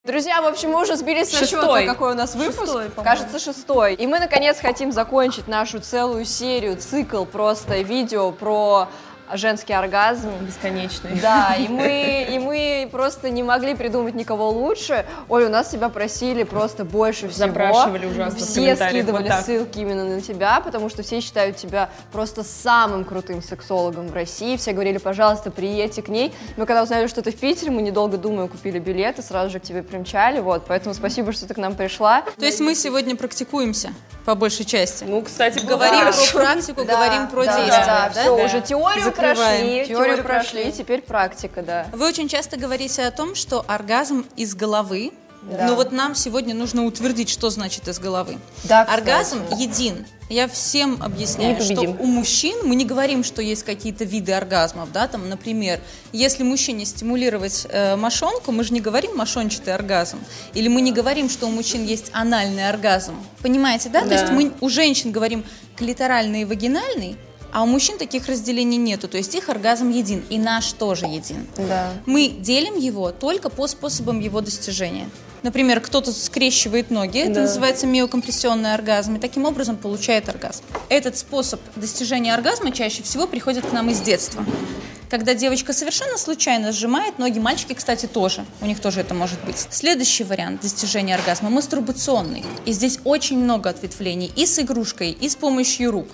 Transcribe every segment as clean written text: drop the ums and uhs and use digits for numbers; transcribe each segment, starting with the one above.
Друзья, в общем, мы уже сбились со счета, какой у нас выпуск. Кажется, 6-й. И мы, наконец, хотим закончить нашу целую серию, цикл просто видео про женский оргазм. Бесконечный. Да, и мы просто не могли придумать никого лучше. Оля, у нас тебя просили просто больше всего. Запрашивали ужасно. Все скидывали ссылки именно на тебя, потому что все считают тебя просто самым крутым сексологом в России. Все говорили, пожалуйста, приедьте к ней. Мы когда узнали, что ты в Питере, мы, недолго думая, купили билеты, сразу же к тебе примчали. Вот, поэтому спасибо, что ты к нам пришла. То есть мы сегодня практикуемся, по большей части. Ну, кстати, говорим про практику, говорим про действия. Да, все, уже теорию прошли, теорию прошли, теперь практика, да. Вы очень часто говорите о том, что оргазм из головы, да. но вот нам сегодня нужно утвердить, что значит из головы. Да, оргазм един. Я всем объясняю, что у мужчин мы не говорим, что есть какие-то виды оргазмов, да, там, например, если мужчине стимулировать мошонку, мы же не говорим мошончатый оргазм, или мы не говорим, что у мужчин есть анальный оргазм, понимаете, да? То есть мы у женщин говорим клиторальный и вагинальный, а у мужчин таких разделений нету, то есть их оргазм един, и наш тоже един. Да. Мы делим его только по способам его достижения. Например, кто-то скрещивает ноги, это называется миокомпрессионный оргазм, и таким образом получает оргазм. Этот способ достижения оргазма чаще всего приходит к нам из детства. Когда девочка совершенно случайно сжимает ноги, мальчики, кстати, тоже, у них тоже это может быть. Следующий вариант достижения оргазма – мастурбационный. И здесь очень много ответвлений и с игрушкой, и с помощью рук,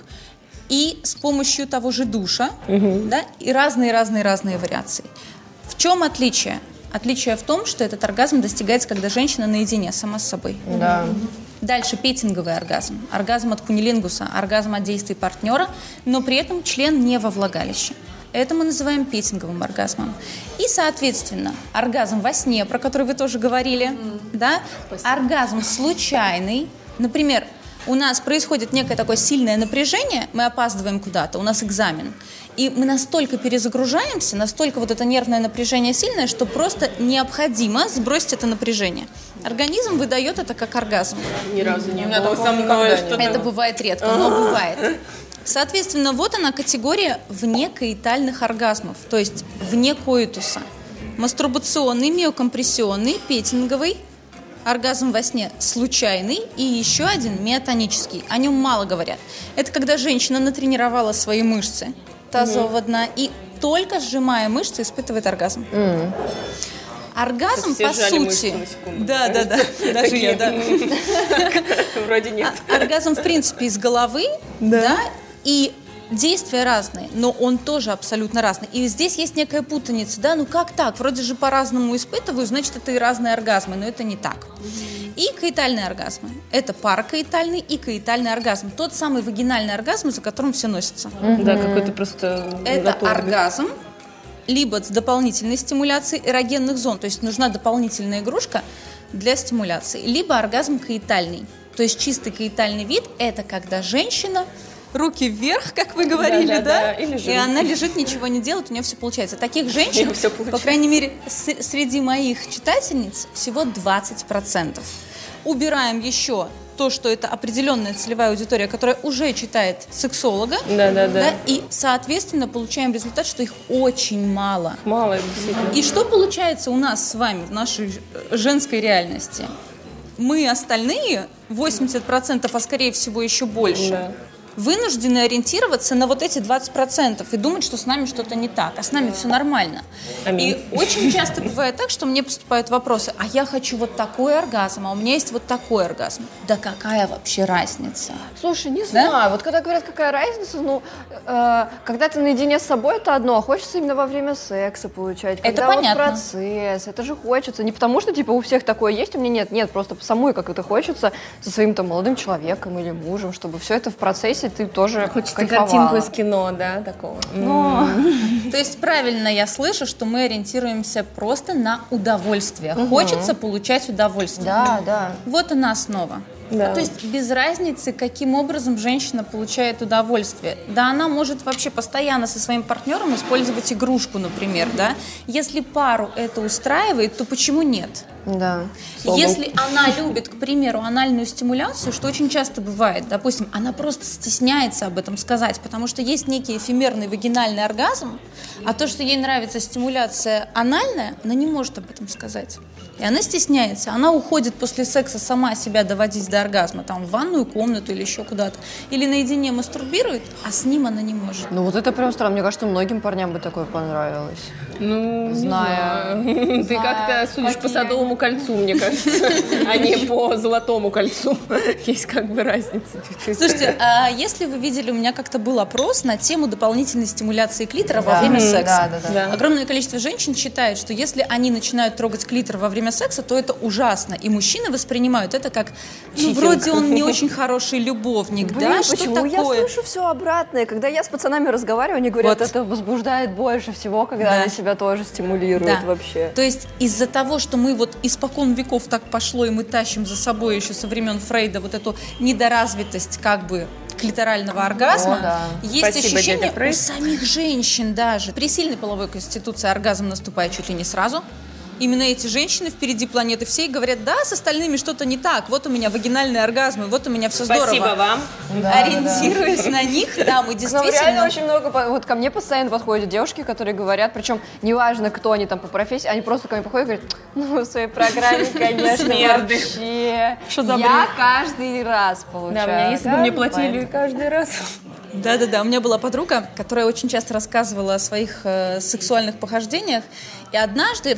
и с помощью того же душа, да, и разные вариации. В чем отличие? Отличие в том, что этот оргазм достигается, когда женщина наедине сама с собой. Да. Дальше петинговый оргазм. Оргазм от кунилингуса, оргазм от действий партнера, но при этом член не во влагалище. Это мы называем петинговым оргазмом. И, соответственно, оргазм во сне, про который вы тоже говорили, да? Оргазм случайный. Например, у нас происходит некое такое сильное напряжение, мы опаздываем куда-то, у нас экзамен, и мы настолько перезагружаемся, настолько вот это нервное напряжение сильное, что просто необходимо сбросить это напряжение. Организм выдает это как оргазм. Ни разу не было со мной. Это бывает редко, но бывает. Соответственно, вот она категория внекоитальных оргазмов, то есть вне коитуса. Мастурбационный, миокомпрессионный, петинговый, оргазм во сне случайный и еще один миотонический. О нем мало говорят. Это когда женщина натренировала свои мышцы тазового дна и только сжимая мышцы испытывает оргазм. Оргазм, по сути... Да, даже я, да. Вроде нет. Оргазм, в принципе, из головы, да, и действия разные, но он тоже абсолютно разный. И здесь есть некая путаница, да, ну как так? Вроде же по-разному испытываю, значит, это и разные оргазмы, но это не так. И коитальные оргазмы. Это паракоитальный и коитальный оргазм. Тот самый вагинальный оргазм, за которым все носятся. Да, какой-то просто... Это оргазм, либо с дополнительной стимуляцией эрогенных зон, то есть нужна дополнительная игрушка для стимуляции, либо оргазм коитальный. То есть чистый коитальный вид – это когда женщина руки вверх, как вы говорили, да? И она лежит, ничего не делает, у нее все получается. Таких женщин, по крайней мере, среди моих читательниц, всего 20%. Убираем еще то, что это определенная целевая аудитория, которая уже читает сексолога, да, и, соответственно, получаем результат, что их очень мало. Мало, действительно. И что получается у нас с вами в нашей женской реальности? Мы остальные, 80%, а скорее всего еще больше, вынуждены ориентироваться на вот эти 20% и думать, что с нами что-то не так, а с нами все нормально. И очень часто бывает так, что мне поступают вопросы, а я хочу вот такой оргазм, а у меня есть вот такой оргазм. Да какая вообще разница? Слушай, не знаю, вот когда говорят, какая разница, ну, когда ты наедине с собой, это одно, а хочется именно во время секса получать. Когда это понятно. Вот процесс, это же хочется, не потому что, типа, у всех такое есть, у меня нет, просто самой как это хочется со своим там молодым человеком или мужем, чтобы все это в процессе ты тоже хочется кайфовала. Картинку из кино, да, такого. То есть правильно я слышу, что мы ориентируемся просто на удовольствие. Хочется получать удовольствие. Да. Вот она основа. Да. То есть без разницы, каким образом женщина получает удовольствие. Да, она может вообще постоянно со своим партнером использовать игрушку, например, да. Если пару это устраивает, то почему нет? Да. Если она любит, к примеру, анальную стимуляцию, что очень часто бывает, допустим, она просто стесняется об этом сказать, потому что есть некий эфемерный вагинальный оргазм, а то, что ей нравится стимуляция анальная, она не может об этом сказать. И она стесняется, она уходит после секса сама себя доводить до оргазма, там, в ванную комнату или еще куда-то, или наедине мастурбирует, а с ним она не может. Ну вот это прям странно. Мне кажется, многим парням бы такое понравилось. Ну, Зная. не знаю. Ты как-то судишь по Садовому кольцу, мне кажется, а не по Золотому кольцу. Есть как бы разница чуть-чуть. Слушайте, а если вы видели, у меня как-то был опрос на тему дополнительной стимуляции клитора во время секса. Да. Огромное количество женщин считает, что если они начинают трогать клитор во время секса, то это ужасно. И мужчины воспринимают это как, ну, вроде он не очень хороший любовник, Блин, да, что почему такое? я слышу все обратное? Когда я с пацанами разговариваю, они говорят, Вот. это возбуждает больше всего, когда Да. они себя тоже стимулируют Да. вообще. То есть из-за того, что мы вот испокон веков так пошло, и мы тащим за собой еще со времен Фрейда вот эту недоразвитость как бы клиторального оргазма, О, да. есть Спасибо, ощущение дядя Фрейд. у самих женщин даже. При сильной половой конституции оргазм наступает чуть ли не сразу. Именно эти женщины впереди планеты всей говорят, да, с остальными что-то не так, вот у меня вагинальные оргазмы, вот у меня все здорово. Спасибо вам. Ориентируясь на них, да, мы Нам реально действительно... очень много, вот ко мне постоянно подходят девушки, которые говорят, причем неважно, кто они там по профессии, они просто ко мне подходят и говорят, ну, в своей программе, конечно, Смерды. вообще. Что за Я каждый раз получаю. Да, если бы мне платили Поэтому- каждый раз. Да-да-да, у меня была подруга, которая очень часто рассказывала о своих сексуальных похождениях, и однажды,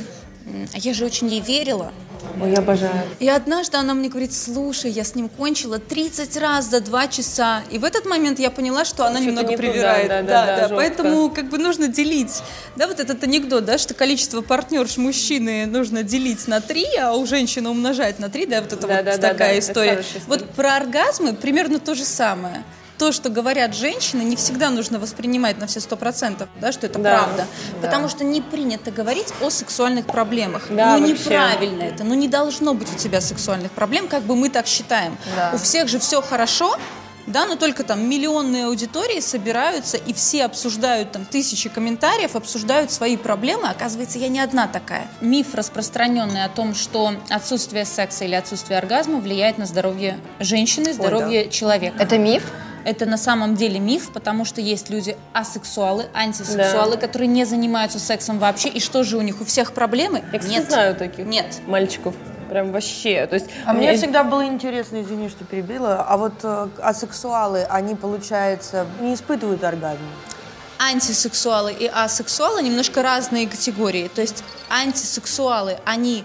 я же очень ей верила, Ой, я обожаю. и однажды она мне говорит, слушай, я с ним кончила 30 раз за 2 часа, и в этот момент я поняла, что она Что-то немного не туда, привирает. да, жестко. Поэтому как бы нужно делить, да, вот этот анекдот, да, что количество партнерш мужчины нужно делить на 3, а у женщины умножать на 3, да, вот это вот такая это история. хорошая история. Вот про оргазмы примерно то же самое. То, что говорят женщины, не всегда нужно воспринимать на все 100%, да, что это Да, правда. Потому что не принято говорить о сексуальных проблемах. Да, ну, вообще. неправильно это. Ну, не должно быть у тебя сексуальных проблем, как бы мы так считаем. Да. У всех же все хорошо, да, но только там миллионные аудитории собираются, и все обсуждают, там, тысячи комментариев, обсуждают свои проблемы. Оказывается, я не одна такая. Миф распространенный о том, что отсутствие секса или отсутствие оргазма влияет на здоровье женщины, здоровье человека. Это миф? Это на самом деле миф, потому что есть люди асексуалы, антисексуалы, которые не занимаются сексом вообще. И что же у них? У всех проблемы? Я, кстати, Нет. знаю таких Нет. мальчиков. Прям вообще. То есть, А у мне меня- всегда было интересно, извини, что перебила, а вот асексуалы, они, получается, не испытывают оргазм? Антисексуалы и асексуалы немножко разные категории. То есть антисексуалы, они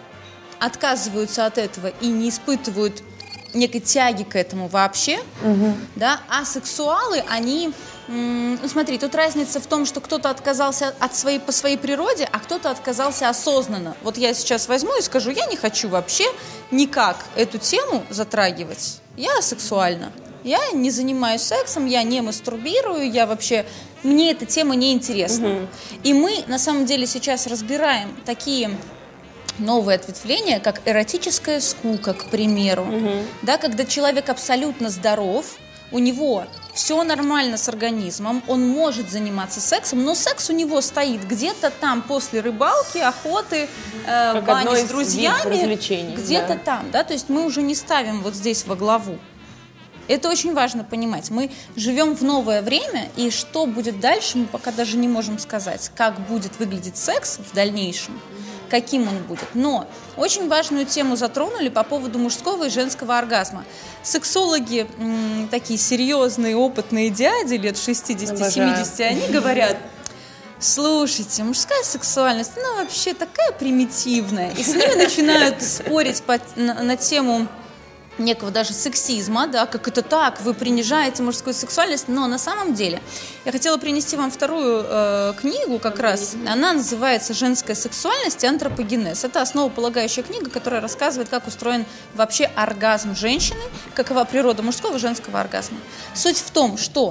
отказываются от этого и не испытывают некой тяги к этому вообще, да, а сексуалы, они, ну смотри, тут разница в том, что кто-то отказался по своей природе, а кто-то отказался осознанно. Вот я сейчас возьму и скажу, я не хочу вообще никак эту тему затрагивать, я асексуальна. Я не занимаюсь сексом, я не мастурбирую, я вообще, мне эта тема не интересна. И мы, на самом деле, сейчас разбираем такие новые ответвления, как эротическая скука, к примеру, да, когда человек абсолютно здоров, у него все нормально с организмом, он может заниматься сексом, но секс у него стоит где-то там после рыбалки, охоты, одно бани из с видов друзьями, развлечений, где-то да. там, да, то есть мы уже не ставим вот здесь во главу. Это очень важно понимать. Мы живем в новое время, и что будет дальше, мы пока даже не можем сказать. Как будет выглядеть секс в дальнейшем, каким он будет. Но очень важную тему затронули по поводу мужского и женского оргазма. Сексологи, такие серьезные, опытные дяди, лет 60-70, они говорят, слушайте, мужская сексуальность, она вообще такая примитивная. И с ними начинают спорить на тему некого даже сексизма, да, как это так, вы принижаете мужскую сексуальность, но на самом деле я хотела принести вам вторую книгу как раз, она называется «Женская сексуальность и антропогенез». Это основополагающая книга, которая рассказывает, как устроен вообще оргазм женщины, какова природа мужского и женского оргазма. Суть в том, что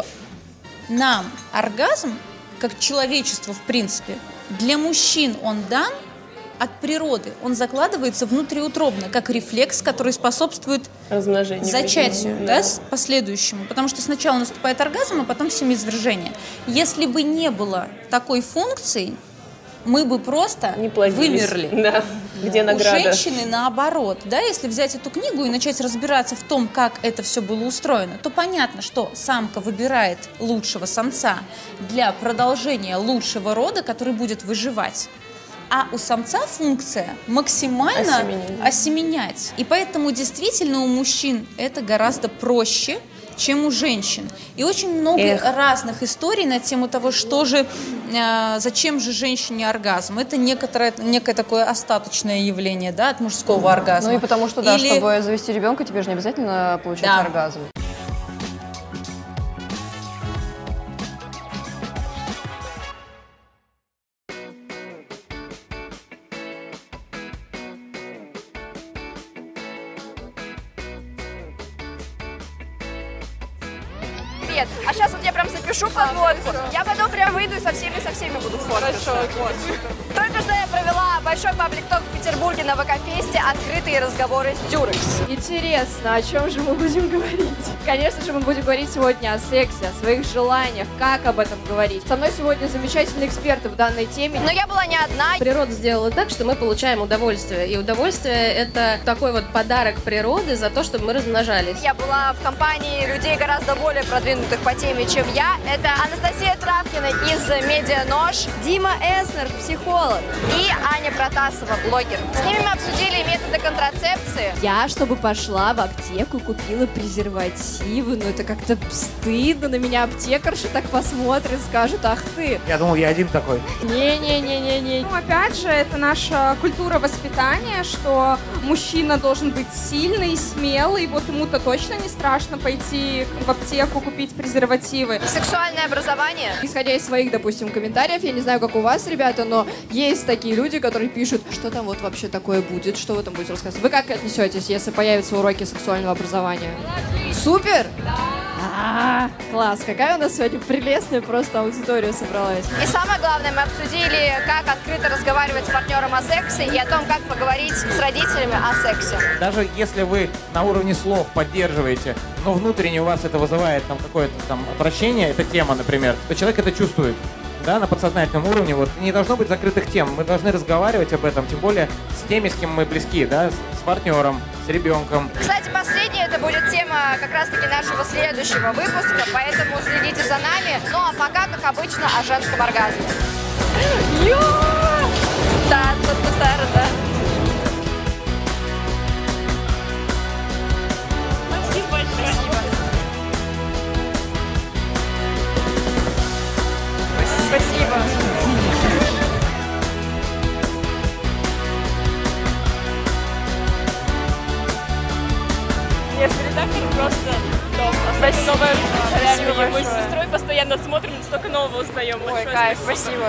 нам оргазм, как человечеству в принципе, для мужчин он дан от природы, он закладывается внутриутробно, как рефлекс, который способствует размножение. зачатию, да, последующему. Потому что сначала наступает оргазм, а потом семяизвержение. Если бы не было такой функции, мы бы просто Не плодились. вымерли. Да. Где награда? У женщины наоборот, да, если взять эту книгу и начать разбираться в том, как это все было устроено, то понятно, что самка выбирает лучшего самца для продолжения лучшего рода, который будет выживать. А у самца функция максимально осеменять. И поэтому действительно у мужчин это гораздо проще, чем у женщин. И очень много разных историй на тему того, что же, зачем же женщине оргазм. Это некое такое остаточное явление, да, от мужского оргазма. Ну и потому что, да, чтобы завести ребенка, тебе же не обязательно получать оргазм. Привет. А сейчас вот я прям запишу подводку. Я потом прям выйду и со всеми буду фоткаться. Только что я провела большой паблик-ток в Петербурге на ВК-фесте «Открытые разговоры с Дюрекс». Интересно, о чем же мы будем говорить? Конечно же, мы будем говорить сегодня о сексе, о своих желаниях, как об этом говорить. Со мной сегодня замечательные эксперты в данной теме. Но я была не одна. Природа сделала так, что мы получаем удовольствие. И удовольствие — это такой вот подарок природы за то, чтобы мы размножались. Я была в компании людей гораздо более продвинутых по теме, чем я. Это Анастасия Травкина из «Медианож», Дима Эснер, психолог, и Аня Протасова, блогер. С ними мы обсудили методы контрацепции. Я, чтобы пошла в аптеку, купила презервативы, но это как-то стыдно, на меня аптекарша так посмотрит, скажет: ах ты. Я думал, я один такой. Не-не-не-не-не. Ну, опять же, это наша культура воспитания, что мужчина должен быть сильный, смелый, вот ему-то точно не страшно пойти в аптеку купить презервативы. Сексуальное образование. Исходя из своих, допустим, комментариев, я не знаю, как у вас, ребята, но есть такие люди, которые пишут, что там вот вообще такое будет, что вы там будете рассказывать. Вы как отнесетесь, если появятся уроки сексуального образования? Супер? Да! Класс, какая у нас сегодня прелестная просто аудитория собралась. И самое главное, мы обсудили, как открыто разговаривать с партнером о сексе и о том, как поговорить с родителями о сексе. Даже если вы на уровне слов поддерживаете, но внутренне у вас это вызывает там какое-то там отвращение, эта тема, например, то человек это чувствует. Да, на подсознательном уровне, вот, не должно быть закрытых тем, мы должны разговаривать об этом, тем более с теми, с кем мы близки, да, с партнером, с ребенком. Кстати, последняя это будет тема как раз-таки нашего следующего выпуска, поэтому следите за нами. Ну а пока, как обычно, о женском оргазме. Да. Спасибо большое. Спасибо. Нет, редактор просто топ. Спасибо. Новая рубрика. Мы с сестрой постоянно смотрим, столько нового узнаем. Ой, кайф, спасибо.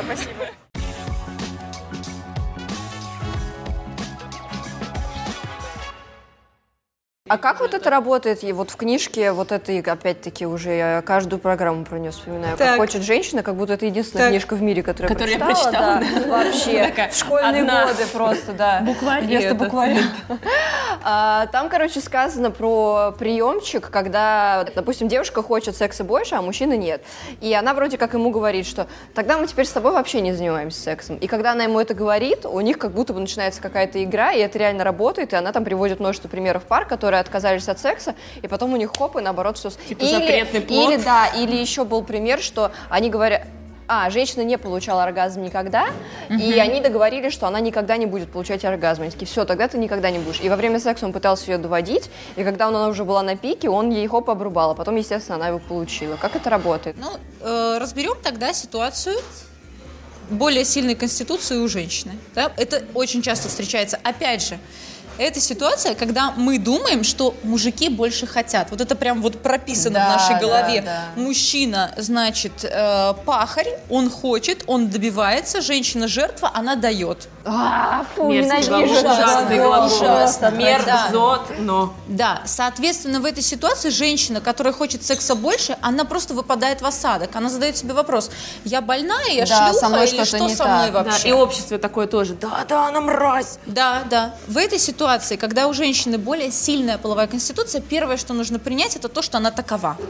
А как вот это работает? И вот в книжке вот это, опять-таки, уже я каждую программу про нее вспоминаю. Как хочет женщина, как будто это единственная книжка в мире, которую я прочитала. Да, вообще. В школьные годы просто, да. Букварь. Вместо букваря. Там, короче, сказано про приемчик, когда, допустим, девушка хочет секса больше, а мужчина нет. И она вроде как ему говорит, что тогда мы теперь с тобой вообще не занимаемся сексом. И когда она ему это говорит, у них как будто бы начинается какая-то игра, и это реально работает, и она там приводит множество примеров пар, которые отказались от секса, и потом у них хоп, и наоборот все. Типа запретный плод. Или еще был пример, что они говорят, женщина не получала оргазм никогда, и они договорились, что она никогда не будет получать оргазм. Они такие: все, тогда ты никогда не будешь. И во время секса он пытался ее доводить, и когда она уже была на пике, он ей хоп обрубал, а потом, естественно, она его получила. Как это работает? Ну, разберем тогда ситуацию более сильной конституции у женщины. Да? Это очень часто встречается. Опять же, это ситуация, когда мы думаем, что мужики больше хотят. Вот это прям вот прописано в нашей голове. Да. Мужчина, значит, пахарь, он хочет, он добивается, женщина жертва, она дает. Фу, ненавижу. Ужасно. Мерзотно. Да, соответственно, в этой ситуации женщина, которая хочет секса больше, она просто выпадает в осадок. Она задает себе вопрос: я больная, я шлюха, или что со мной вообще? Да, и общество такое тоже. Да, она мразь. Да. В этой ситуации, когда у женщины более сильная половая конституция, первое, что нужно принять, это то, что она такова.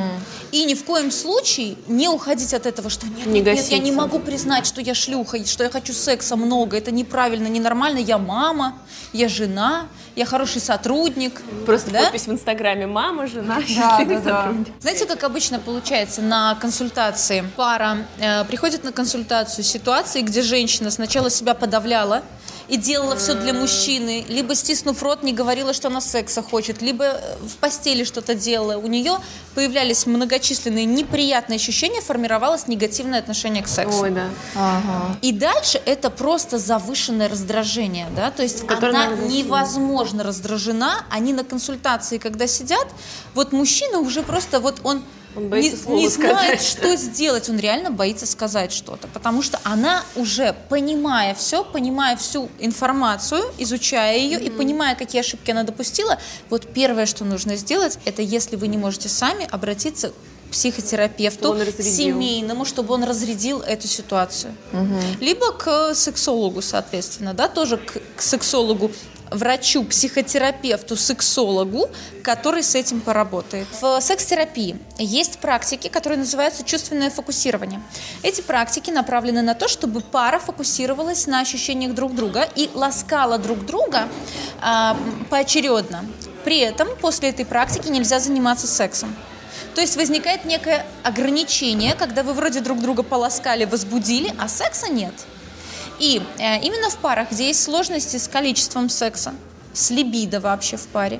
И ни в коем случае не уходить от этого, что нет, Не нет, я гаситься. не могу признать, что я шлюха, и что я хочу секса много. Это неправильно, ненормально. Я мама, я жена, я хороший сотрудник. Просто да? подпись в Инстаграме: мама, жена, счастливый сотрудник. Знаете, как обычно получается на консультации? Пара приходит на консультацию ситуации, где женщина сначала себя подавляла и делала все для мужчины, либо, стиснув рот, не говорила, что она секса хочет, либо в постели что-то делала. У нее появлялись многочисленные неприятные ощущения, формировалось негативное отношение к сексу. Ой, да. И дальше это просто завышенное раздражение, да, то есть Которое она надо невозможно раздражена, они на консультации, когда сидят, вот мужчина уже просто вот он боится слово не знает, сказать. что сделать, он реально боится сказать что-то, потому что она уже, понимая все, понимая всю информацию, изучая ее и понимая, какие ошибки она допустила, вот первое, что нужно сделать, это, если вы не можете сами, обратиться к психотерапевту семейному, чтобы он разрядил эту ситуацию. Либо к сексологу, соответственно, да, тоже к сексологу, врачу, психотерапевту, сексологу, который с этим поработает. В секс-терапии есть практики, которые называются чувственное фокусирование. Эти практики направлены на то, чтобы пара фокусировалась на ощущениях друг друга и ласкала друг друга поочередно. При этом после этой практики нельзя заниматься сексом. То есть возникает некое ограничение, когда вы вроде друг друга поласкали, возбудили, а секса нет. И именно в парах, где есть сложности с количеством секса, с либидо вообще в паре,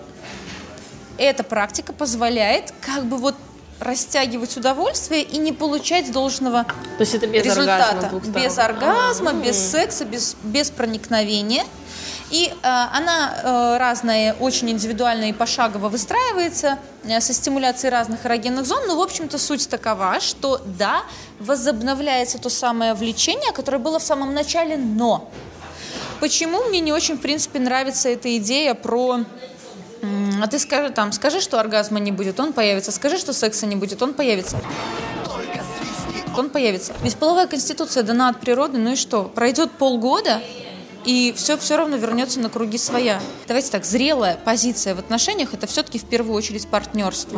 эта практика позволяет как бы вот растягивать удовольствие и не получать должного То есть это без результата. оргазма с двух сторон. Без оргазма, без секса, без проникновения. И она разная, очень индивидуально и пошагово выстраивается со стимуляцией разных эрогенных зон. Но, в общем-то, суть такова, что да, возобновляется то самое влечение, которое было в самом начале, но почему мне не очень, в принципе, нравится эта идея про... А ты скажи, что оргазма не будет, он появится. Скажи, что секса не будет, он появится. Он появится. Бесполовая конституция дана от природы, ну и что? Пройдет полгода, и все равно вернется на круги своя. Давайте так, зрелая позиция в отношениях – это все-таки в первую очередь партнерство.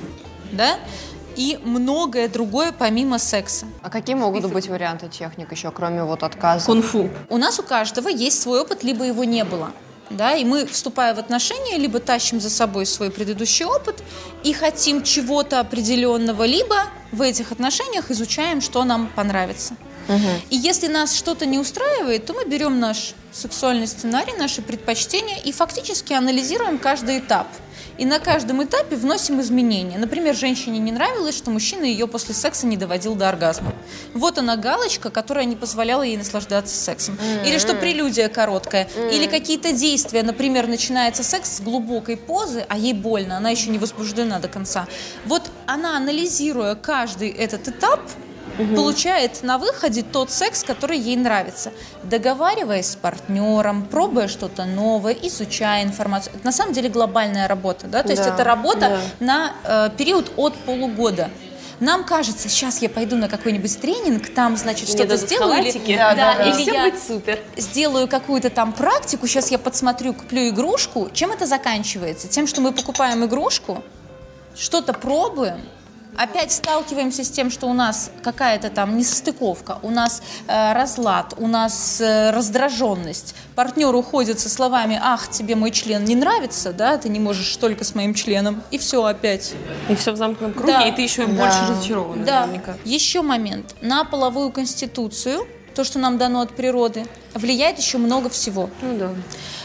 Да? И многое другое помимо секса. А какие могут быть варианты техник еще, кроме вот отказа? Кунг-фу. У нас у каждого есть свой опыт, либо его не было. Да, и мы, вступая в отношения, либо тащим за собой свой предыдущий опыт и хотим чего-то определенного, либо в этих отношениях изучаем, что нам понравится. И если нас что-то не устраивает, то мы берем наш сексуальный сценарий, наши предпочтения и фактически анализируем каждый этап. И на каждом этапе вносим изменения. Например, женщине не нравилось, что мужчина ее после секса не доводил до оргазма. Вот она галочка, которая не позволяла ей наслаждаться сексом. Или что прелюдия короткая. Или какие-то действия. Например, начинается секс с глубокой позы, а ей больно, она еще не возбуждена до конца. Вот она, анализируя каждый этот этап, получает на выходе тот секс, который ей нравится. Договариваясь с партнером, пробуя что-то новое, изучая информацию. Это на самом деле глобальная работа. Да? То есть это работа на период от полугода. Нам кажется, сейчас я пойду на какой-нибудь тренинг, там, значит, что-то сделаю, или все я будет супер. сделаю какую-то там практику, сейчас я подсмотрю, куплю игрушку. Чем это заканчивается? Тем, что мы покупаем игрушку, что-то пробуем, опять сталкиваемся с тем, что у нас какая-то там несостыковка, у нас разлад, у нас раздраженность. Партнер уходит со словами: «Ах, тебе мой член не нравится, да, ты не можешь только с моим членом», и все опять. И все в замкнутом круге, Да. и ты еще больше разочарована. Да. наверняка. Еще момент. На половую конституцию, то, что нам дано от природы, влияет еще много всего. Ну да.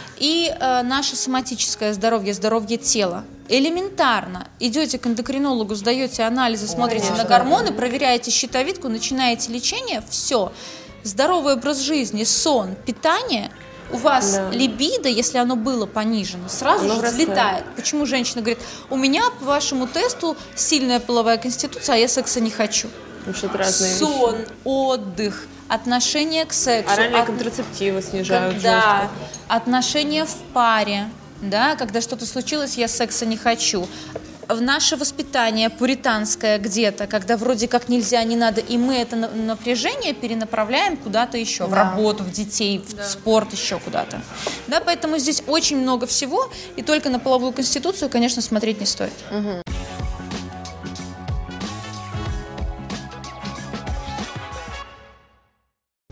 И наше соматическое здоровье, здоровье тела. Элементарно. Идете к эндокринологу, сдаете анализы, смотрите на гормоны, проверяете щитовидку, начинаете лечение, все. Здоровый образ жизни, сон, питание, у вас либидо, если оно было понижено, сразу же взлетает. Почему женщина говорит: у меня по вашему тесту сильная половая конституция, а я секса не хочу? Потому что это разные Сон, вещи. отдых, отношение к сексу. Оральные контрацептивы снижают Да, жестко. отношения в паре, да, когда что-то случилось, я секса не хочу. В наше воспитание пуританское где-то, когда вроде как нельзя, не надо, и мы это напряжение перенаправляем куда-то еще, в работу, в детей, в спорт, еще куда-то. Да, поэтому здесь очень много всего, и только на половую конституцию, конечно, смотреть не стоит.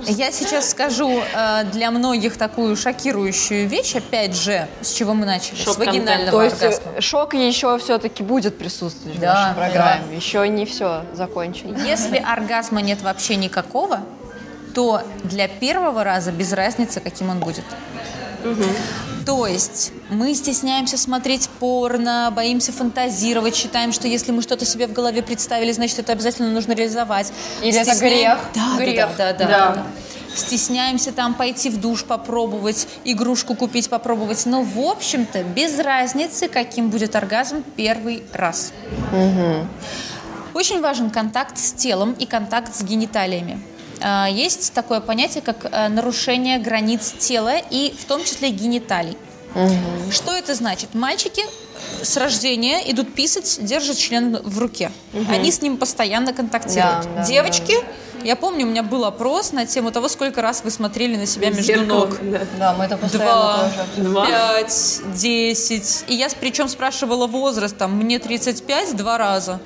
Я сейчас скажу для многих такую шокирующую вещь, опять же, с чего мы начали, с вагинального То есть оргазма. шок еще все-таки будет присутствовать в Да, нашей программе. да. Еще не все закончено. Если оргазма нет вообще никакого, то для первого раза без разницы, каким он будет. То есть мы стесняемся смотреть порно, боимся фантазировать, считаем, что если мы что-то себе в голове представили, значит, это обязательно нужно реализовать. Или это грех? Да. Стесняемся там пойти в душ попробовать, игрушку купить попробовать. Но, в общем-то, без разницы, каким будет оргазм первый раз. Очень важен контакт с телом и контакт с гениталиями. Есть такое понятие, как нарушение границ тела и в том числе гениталий. Что это значит? Мальчики с рождения идут писать, держат член в руке. Они с ним постоянно контактируют. Девочки, я помню, у меня был опрос на тему того, сколько раз вы смотрели на себя между ног. Да, мы это постоянно 2, 5, 10. И я причем спрашивала возраст, там, мне 35, 2 раза.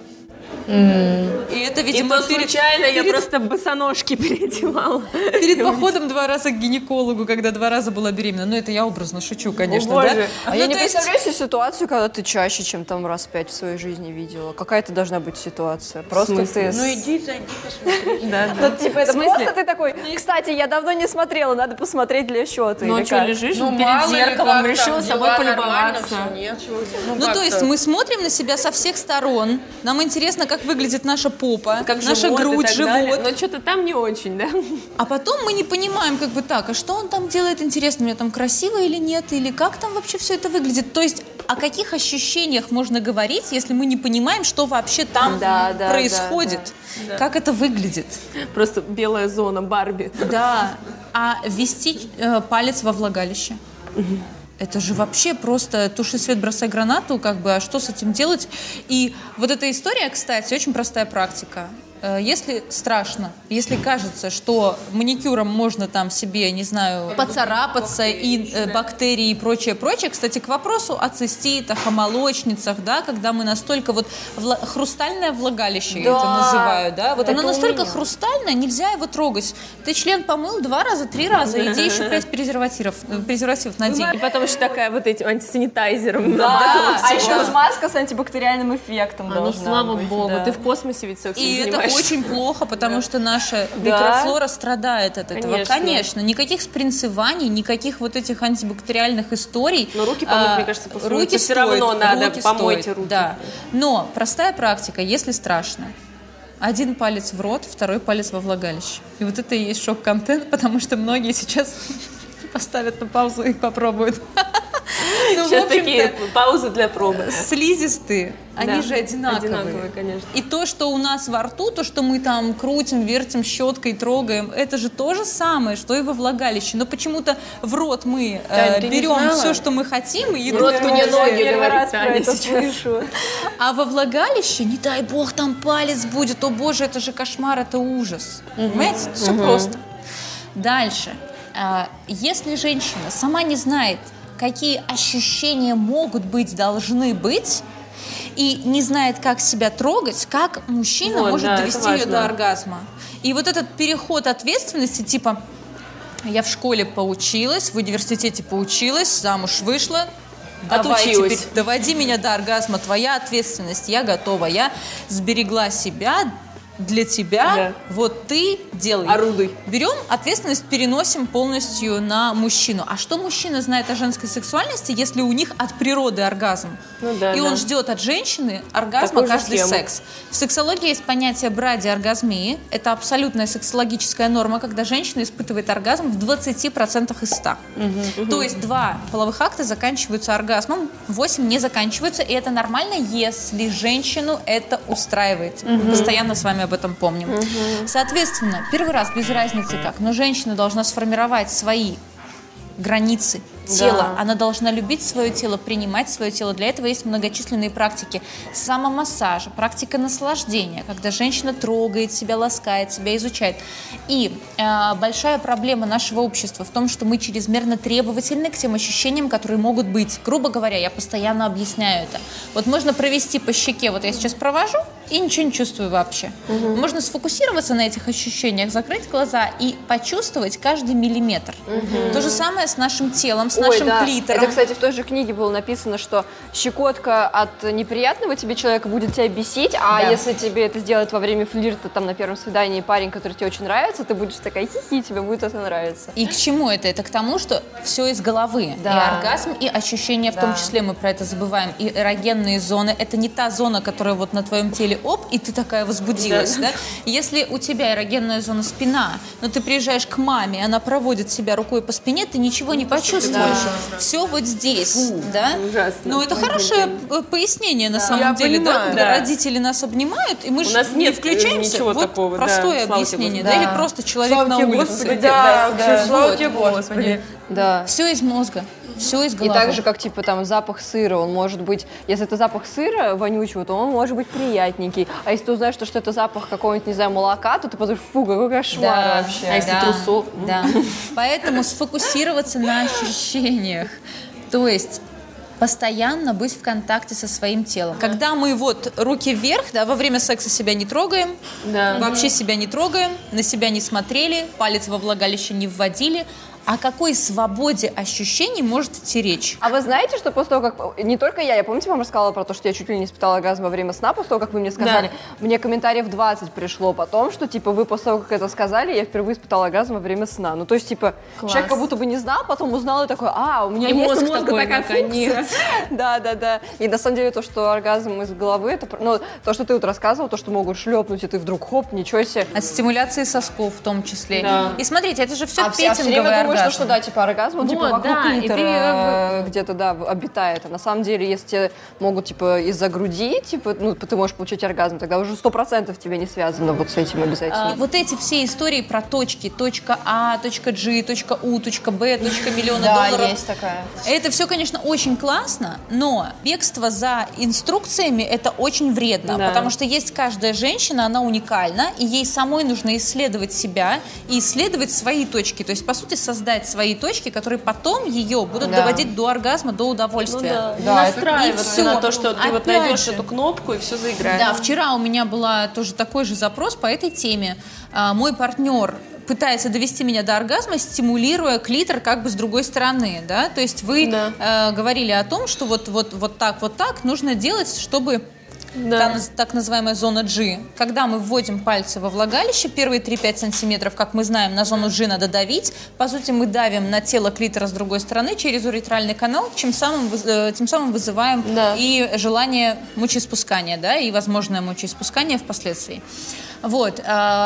И это, видимо, случайно я просто босоножки переодевала. Перед походом 2 раза к гинекологу, когда 2 раза была беременна. Ну, это я образно шучу, конечно, да? А я не представляю себе ситуацию, когда ты чаще, чем там раз 5 в своей жизни видела. Какая-то должна быть ситуация. Просто ты... Ну иди, зайди, посмотри. Ну, типа, это просто ты такой, кстати, я давно не смотрела, надо посмотреть для счета. Ну, что, лежишь перед зеркалом, решила собой полюбоваться. Ну, то есть мы смотрим на себя со всех сторон. Нам интересно, как выглядит наша попа, как наша живот грудь, и так далее. живот. Но что-то там не очень, да? А потом мы не понимаем, как бы так, а что он там делает, интересно, мне там красиво или нет, или как там вообще все это выглядит. То есть о каких ощущениях можно говорить, если мы не понимаем, что вообще там происходит, как это выглядит. Просто белая зона Барби. Да, а ввести палец во влагалище. Это же вообще просто туши свет, бросай гранату, как бы, а что с этим делать? И вот эта история, кстати, очень простая практика. Если страшно, если кажется, что маникюром можно там себе, не знаю, поцарапаться и бактерии и прочее, кстати, к вопросу о циститах, о молочницах, да, когда мы настолько вот хрустальное влагалище это называют, да, вот оно настолько хрустальное, нельзя его трогать. Ты член помыл 2 раза, 3 раза, иди еще 5 презервативов надень. И потом еще такая вот этим антисанитайзером. Да, а еще смазка с антибактериальным эффектом Ну, слава богу, ты в космосе ведь все занимаешься. Очень плохо, потому что наша микрофлора страдает от этого. Конечно. Никаких спринцеваний, никаких вот этих антибактериальных историй. Но руки помыть, мне кажется, после руки все равно надо помыть руки. Да. Но простая практика, если страшно. 1 палец в рот, 2 палец во влагалище. И вот это и есть шок-контент, потому что многие сейчас поставят на паузу и попробуют. Сейчас такие паузы для пробы. Слизистые, они же одинаковые. Конечно. И то, что у нас во рту, то, что мы там крутим, вертим щеткой, трогаем, это же то же самое, что и во влагалище. Но почему-то в рот мы берем все, что мы хотим, и в рот мне ноги, говорит Таня сейчас. А во влагалище, не дай бог, там палец будет, о боже, это же кошмар, это ужас. Понимаете? Все просто. Дальше. Если женщина сама не знает, какие ощущения могут быть, должны быть, и не знает, как себя трогать, как мужчина может довести ее до оргазма. И вот этот переход ответственности, типа, я в школе поучилась, в университете поучилась, замуж вышла, давай теперь доводи меня до оргазма, твоя ответственность, я готова, я сберегла себя для тебя, вот ты делай. Орудуй. Берем ответственность, переносим полностью на мужчину. А что мужчина знает о женской сексуальности, если у них от природы оргазм? И он ждет от женщины оргазма каждый секс. В сексологии есть понятие брадиоргазмии. Это абсолютная сексологическая норма, когда женщина испытывает оргазм в 20% из 100. То есть 2 половых акта заканчиваются оргазмом, 8 не заканчиваются, и это нормально, если женщину это устраивает. Постоянно с вами об этом помним. Соответственно, первый раз без разницы как, но женщина должна сформировать свои границы тело. Она должна любить свое тело, принимать свое тело. Для этого есть многочисленные практики самомассажа, практика наслаждения, когда женщина трогает себя, ласкает себя, изучает. И большая проблема нашего общества в том, что мы чрезмерно требовательны к тем ощущениям, которые могут быть. Грубо говоря, я постоянно объясняю это. Вот можно провести по щеке, вот я сейчас провожу, и ничего не чувствую вообще. Можно сфокусироваться на этих ощущениях, закрыть глаза и почувствовать каждый миллиметр. То же самое с нашим телом, с нашим клитором. Это, кстати, в той же книге было написано, что щекотка от неприятного тебе человека будет тебя бесить, а если тебе это сделать во время флирта, там, на первом свидании парень, который тебе очень нравится, ты будешь такая хихи, тебе будет это нравиться. И к чему это? Это к тому, что все из головы. И оргазм, и ощущения в том числе, мы про это забываем. И эрогенные зоны, это не та зона, которая вот на твоем теле и ты такая возбудилась, да? Если у тебя эрогенная зона спина, но ты приезжаешь к маме, она проводит себя рукой по спине, ты ничего не почувствуешь. Все вот здесь, да? Ужасно. Ну, это хорошее пояснение на самом деле, да? Когда родители нас обнимают, и мы же не включаемся. Ничего вот такого, простое объяснение, да? Или просто человек на улице. Слава тебе, Господи. Да. Все из мозга. Все из И головы. так же, как, типа, там, запах сыра, он может быть, если это запах сыра вонючего, то он может быть приятненький. А если ты узнаешь, что это запах какого-нибудь, не знаю, молока, то ты подумаешь, фу, какой кошмар вообще. А если трусов? Да. Поэтому сфокусироваться на ощущениях. То есть постоянно быть в контакте со своим телом. Когда мы вот руки вверх, да, во время секса себя не трогаем, вообще себя не трогаем, на себя не смотрели, палец во влагалище не вводили, о какой свободе ощущений может идти речь? А вы знаете, что после того, как... Не только я помните, вам рассказала про то, что я чуть ли не испытала оргазм во время сна, после того, как вы мне сказали? Мне комментариев 20 пришло потом, что, типа, вы после того, как это сказали, я впервые испытала оргазм во время сна. Ну, то есть, типа, человек как будто бы не знал, потом узнал и такой, у меня есть мозг у мозга такой, такая функция. Да. И на самом деле то, что оргазм из головы, это... Ну, то, что ты вот рассказывал, то, что могут шлепнуть, и ты вдруг, хоп, ничего себе. От стимуляции сосков в том числе. Да. И смотрите, это же все все петинговый время оргазм. думаешь, что да, типа оргазм, он типа вокруг да, клитора где-то, да, обитает. А на самом деле, если тебе могут, типа, из-за груди, типа, ну, ты можешь получить оргазм, тогда уже 100% тебе не связано вот с этим обязательно. Вот эти все истории про точки, точка А, точка G, точка У, точка Б, точка миллиона Да, долларов. есть такая. Это все, конечно, очень классно, но бегство за инструкциями это очень вредно, потому что есть каждая женщина, она уникальна, и ей самой нужно исследовать себя и исследовать свои точки. То есть, по сути, создать свои точки, которые потом ее будут доводить до оргазма, до удовольствия. Настраиваться И на всё. то, что ты вот Опять найдешь же. эту кнопку и все заиграет. Да, вчера у меня была тоже такой же запрос по этой теме. Мой партнер пытается довести меня до оргазма, стимулируя клитор как бы с другой стороны, да, то есть вы говорили о том, что вот так нужно делать, чтобы так называемая зона G. Когда мы вводим пальцы во влагалище, первые 3-5 сантиметров, как мы знаем, на зону G надо давить. По сути, мы давим на тело клитора с другой стороны через уретральный канал, тем самым вызываем и желание мочеиспускания, да, и возможное мочеиспускание впоследствии. Вот.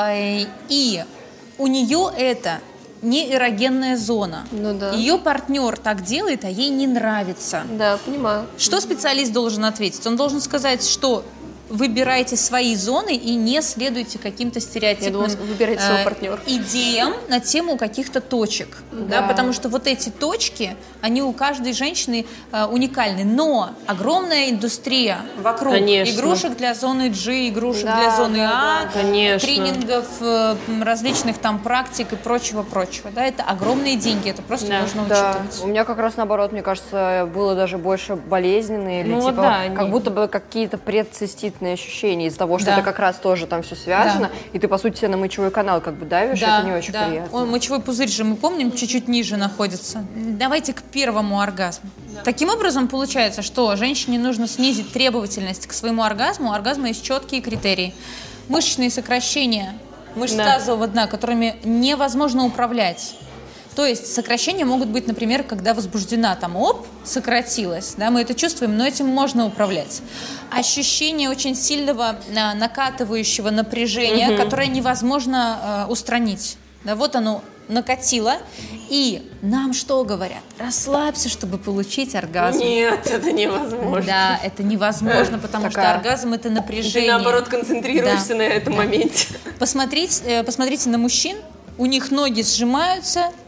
И у нее это не эрогенная зона. Ее партнер так делает, а ей не нравится. Да, понимаю. Что специалист должен ответить? Он должен сказать, что выбирайте свои зоны и не следуйте каким-то стереотипным выбирайте своего партнера. идеям на тему каких-то точек. Да, потому что вот эти точки, они у каждой женщины уникальны. Но огромная индустрия вокруг игрушек для зоны G, игрушек для зоны А, тренингов, различных там практик и прочего-прочего. Да, это огромные деньги, это просто нужно учитывать. У меня как раз наоборот, мне кажется, было даже больше болезненные или как будто бы какие-то предциститные ощущения из-за того, что это как раз тоже там все связано, и ты, по сути, на мочевой канал как бы давишь, это не очень приятно. Мочевой пузырь же, мы помним, чуть-чуть ниже находится. Давайте к первому оргазму. Таким образом, получается, что женщине нужно снизить требовательность к своему оргазму. У оргазма есть четкие критерии. Мышечные сокращения мышц тазового дна, которыми невозможно управлять. То есть сокращения могут быть, например, когда возбуждена, там, сократилась, да, мы это чувствуем, но этим можно управлять. Ощущение очень сильного накатывающего напряжения, которое невозможно устранить. Да, вот оно накатило, и нам что говорят? Расслабься, чтобы получить оргазм. Нет, это невозможно. Да, это невозможно, потому что оргазм — это напряжение. Ты, наоборот, концентрируешься на этом моменте. Посмотрите на мужчин, у них ноги сжимаются,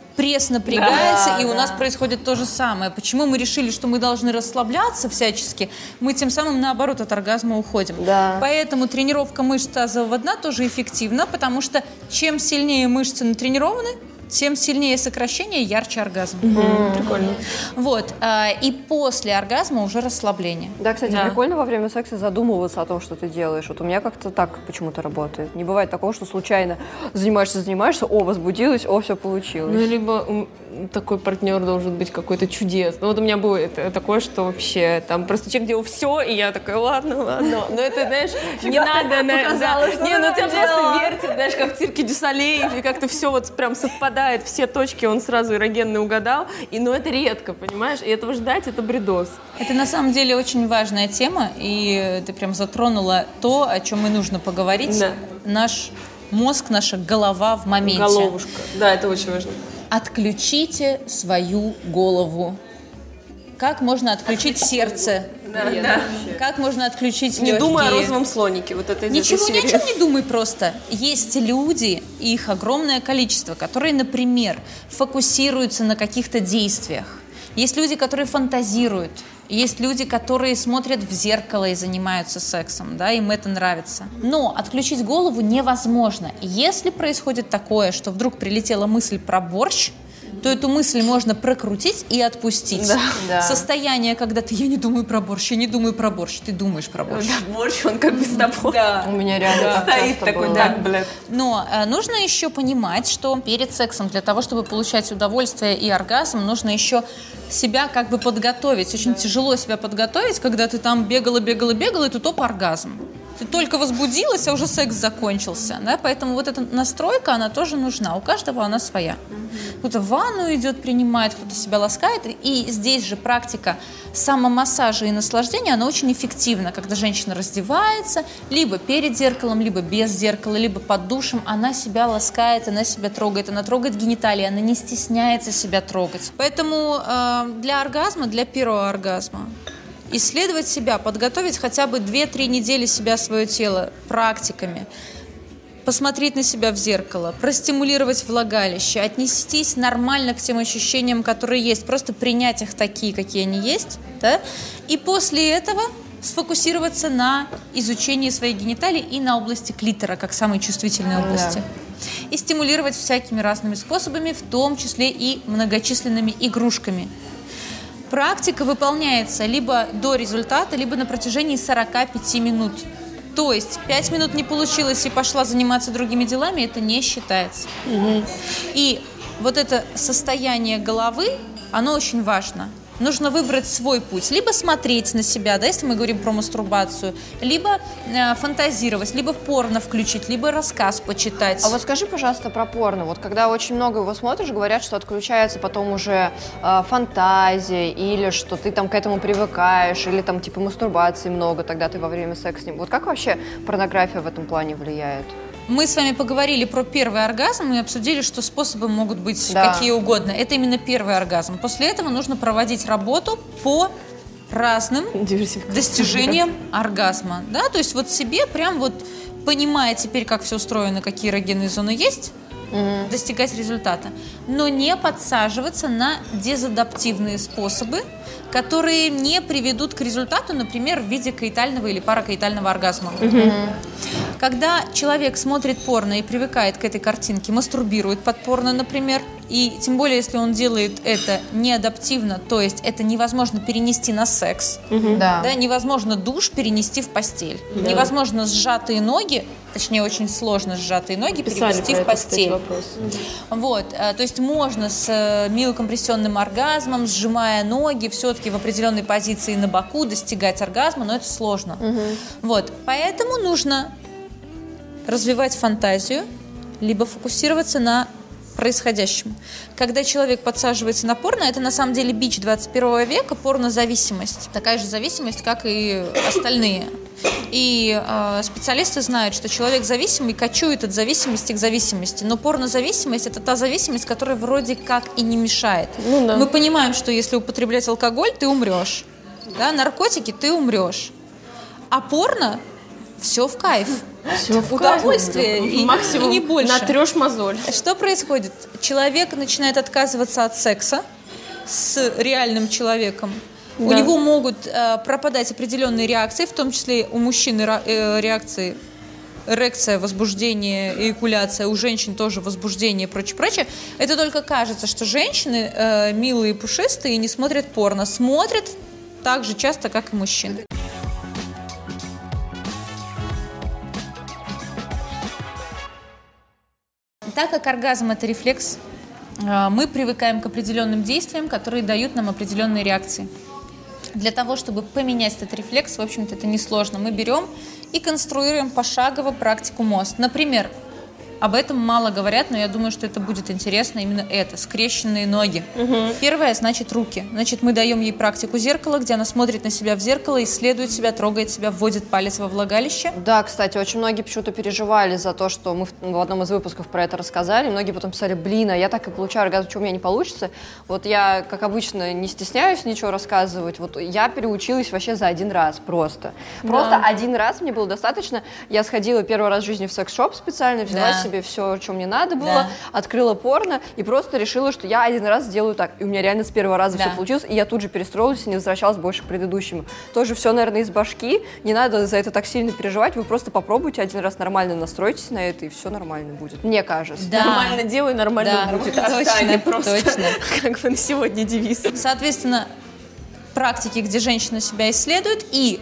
пресс напрягается, и у нас происходит то же самое. Почему мы решили, что мы должны расслабляться всячески, мы тем самым, наоборот, от оргазма уходим. Да. Поэтому тренировка мышц тазового дна тоже эффективна, потому что чем сильнее мышцы натренированы, тем сильнее сокращение, ярче оргазм. Прикольно. Вот. И после оргазма уже расслабление. Да, кстати, прикольно во время секса задумываться о том, что ты делаешь. Вот у меня как-то так почему-то работает. Не бывает такого, что случайно занимаешься, о, возбудилась, о, все получилось. Ну, либо такой партнер должен быть какой-то чудесный. Ну, вот у меня было такое, что вообще там просто человек делал все, и я такая, ладно. Но это, знаешь, не надо. Не, ну тебя просто вертит, знаешь, как в цирке Дю Солей, и как-то все вот прям совпадает, все точки, он сразу эрогенный угадал. Но это редко, понимаешь? И этого ждать, это бредос. Это на самом деле очень важная тема, и ты прям затронула то, о чем и нужно поговорить. Да. Наш мозг, наша голова в моменте. Головушка. Да, это очень важно. Отключите свою голову. Как можно отключить сердце? Да. Как можно отключить Не легкие? думай о розовом слонике. Вот это из Ничего, этой ни о серии. чем не думай просто. Есть люди, и их огромное количество, которые, например, фокусируются на каких-то действиях. Есть люди, которые фантазируют. Есть люди, которые смотрят в зеркало и занимаются сексом, да, им это нравится. Но отключить голову невозможно. Если происходит такое, что вдруг прилетела мысль про борщ, то эту мысль можно прокрутить и отпустить. Да. Состояние, когда я не думаю про борщ, я не думаю про борщ, ты думаешь про борщ. Да, борщ, он как бы с тобой. У меня реально так Стоит часто такой, было. так, блядь. Но нужно еще понимать, что перед сексом для того, чтобы получать удовольствие и оргазм, нужно еще себя как бы подготовить. Очень тяжело себя подготовить, когда ты там бегала, и тут оп, оргазм. Ты только возбудилась, а уже секс закончился. Да? Поэтому вот эта настройка, она тоже нужна. У каждого она своя. Кто-то ванну идет, принимает, кто-то себя ласкает. И здесь же практика самомассажа и наслаждения, она очень эффективна. Когда женщина раздевается, либо перед зеркалом, либо без зеркала, либо под душем, она себя ласкает, она себя трогает, она трогает гениталии, она не стесняется себя трогать. Поэтому для оргазма, для первого оргазма, исследовать себя, подготовить хотя бы 2-3 недели себя, свое тело практиками, посмотреть на себя в зеркало, простимулировать влагалище, отнестись нормально к тем ощущениям, которые есть, просто принять их такие, какие они есть, да? И после этого сфокусироваться на изучении своей гениталии и на области клитора, как самой чувствительной области. И стимулировать всякими разными способами, в том числе и многочисленными игрушками. Практика выполняется либо до результата, либо на протяжении 45 минут. То есть 5 минут не получилось и пошла заниматься другими делами, это не считается. И вот это состояние головы, оно очень важно. Нужно выбрать свой путь. Либо смотреть на себя, да, если мы говорим про мастурбацию, либо фантазировать, либо порно включить, либо рассказ почитать. А вот скажи, пожалуйста, про порно. Вот когда очень много его смотришь, говорят, что отключается потом уже фантазия, или что ты там к этому привыкаешь, или там типа мастурбации много, тогда ты во время секса с ним. Вот как вообще порнография в этом плане влияет? Мы с вами поговорили про первый оргазм и обсудили, что способы могут быть какие угодно. Это именно первый оргазм. После этого нужно проводить работу по разным достижениям оргазма. Да? То есть вот себе прям вот, понимая теперь, как все устроено, какие эрогенные зоны есть, достигать результата. Но не подсаживаться на дезадаптивные способы, которые не приведут к результату, например, в виде коитального или паракоитального оргазма. Когда человек смотрит порно и привыкает к этой картинке, мастурбирует под порно, например, и тем более, если он делает это неадаптивно, то есть это невозможно перенести на секс, да, невозможно душ перенести в постель, невозможно сжатые ноги, точнее, очень сложно сжатые ноги перенести в постель. Вот, то есть можно с миокомпрессионным оргазмом, сжимая ноги, все-таки в определенной позиции на боку достигать оргазма, но это сложно. Вот, поэтому нужно развивать фантазию, либо фокусироваться на происходящем. Когда человек подсаживается на порно, это на самом деле бич 21 века, порнозависимость. Такая же зависимость, как и остальные. И специалисты знают, что человек зависимый кочует от зависимости к зависимости. Но порнозависимость – это та зависимость, которая вроде как и не мешает. Мы понимаем, что если употреблять алкоголь, ты умрешь. Да? Наркотики – ты умрешь. А порно Все в кайф. Все в Удовольствие и максимум не больше. натрешь мозоль. Что происходит? Человек начинает отказываться от секса с реальным человеком. Да. У него могут пропадать определенные реакции, в том числе у мужчины реакции эрекция, возбуждение, эякуляция, у женщин тоже возбуждение и прочее, прочее. Это только кажется, что женщины милые и пушистые и не смотрят порно. Смотрят так же часто, как и мужчины. Так как оргазм – это рефлекс, мы привыкаем к определенным действиям, которые дают нам определенные реакции. Для того, чтобы поменять этот рефлекс, в общем-то, это несложно. Мы берем и конструируем пошагово практику МОСТ. Например, об этом мало говорят, но я думаю, что это будет интересно, именно это, скрещенные ноги. Первое, значит, руки. Значит, мы даем ей практику зеркала, где она смотрит на себя в зеркало, исследует себя, трогает себя, вводит палец во влагалище. Да, кстати, очень многие почему-то переживали за то, что мы в одном из выпусков про это рассказали. Многие потом писали, блин, а я так и получаю оргазм, что у меня не получится. Вот я, как обычно, не стесняюсь ничего рассказывать. Вот я переучилась вообще за один раз просто. Просто один раз мне было достаточно. Я сходила первый раз в жизни в секс-шоп специально, взяла себе все, что мне надо было, открыла порно и просто решила, что я один раз сделаю так. И у меня реально с первого раза все получилось, и я тут же перестроилась и не возвращалась больше к предыдущему. Тоже все, наверное, из башки. Не надо за это так сильно переживать. Вы просто попробуйте один раз нормально настройтесь на это, и все нормально будет. Мне кажется. Да. Нормально делай, нормально будет. Точно, просто, точно. как бы на сегодня девиз. Соответственно, практики, где женщина себя исследует, и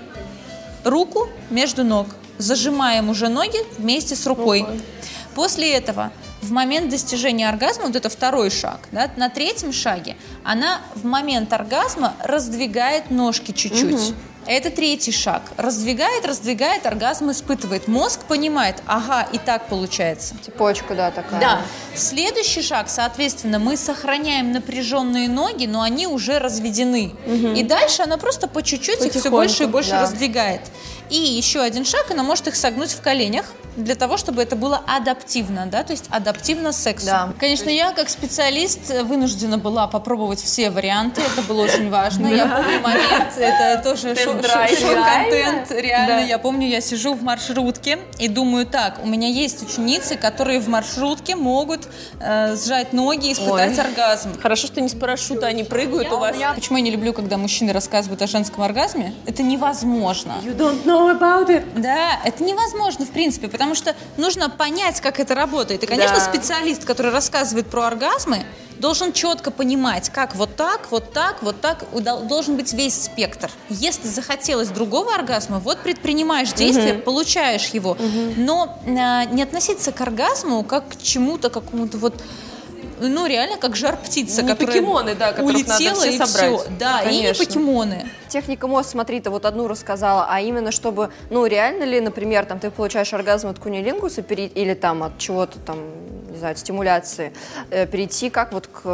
руку между ног. Зажимаем уже ноги вместе с рукой. После этого, в момент достижения оргазма, вот это второй шаг, да, на третьем шаге она в момент оргазма раздвигает ножки чуть-чуть. Это третий шаг. Раздвигает, оргазм испытывает. Мозг понимает, ага, и так получается. Цепочка, да, такая. Да. Следующий шаг, соответственно, мы сохраняем напряженные ноги, но они уже разведены. И дальше она просто по чуть-чуть их все больше и больше раздвигает. И еще один шаг, она может их согнуть в коленях, для того, чтобы это было адаптивно, да, то есть адаптивно сексу. Да. Конечно, я как специалист вынуждена была попробовать все варианты, это было очень важно. Я помню момент, это тоже шок-контент, реально. Я помню, я сижу в маршрутке и думаю, так, у меня есть ученицы, которые в маршрутке могут сжать ноги и испытать оргазм. Хорошо, что не с парашюта они прыгают у вас. Почему я не люблю, когда мужчины рассказывают о женском оргазме? Это невозможно. You don't know about it. Да, это невозможно, в принципе, потому что нужно понять, как это работает. И, конечно, специалист, который рассказывает про оргазмы, должен четко понимать, как вот так, вот так, вот так. Должен быть весь спектр. Если захотелось другого оргазма, вот предпринимаешь действие, получаешь его. Но не относиться к оргазму как к чему-то, какому-то вот... Ну, реально, как жар птица, не которая покемоны, да, улетела, надо все и собрать. все. Да, конечно. И не покемоны. Техника МОС, смотри, ты вот одну рассказала, а именно чтобы, ну, реально ли, например, там, ты получаешь оргазм от кунилингуса или там от чего-то там, не знаю, от стимуляции, перейти как вот к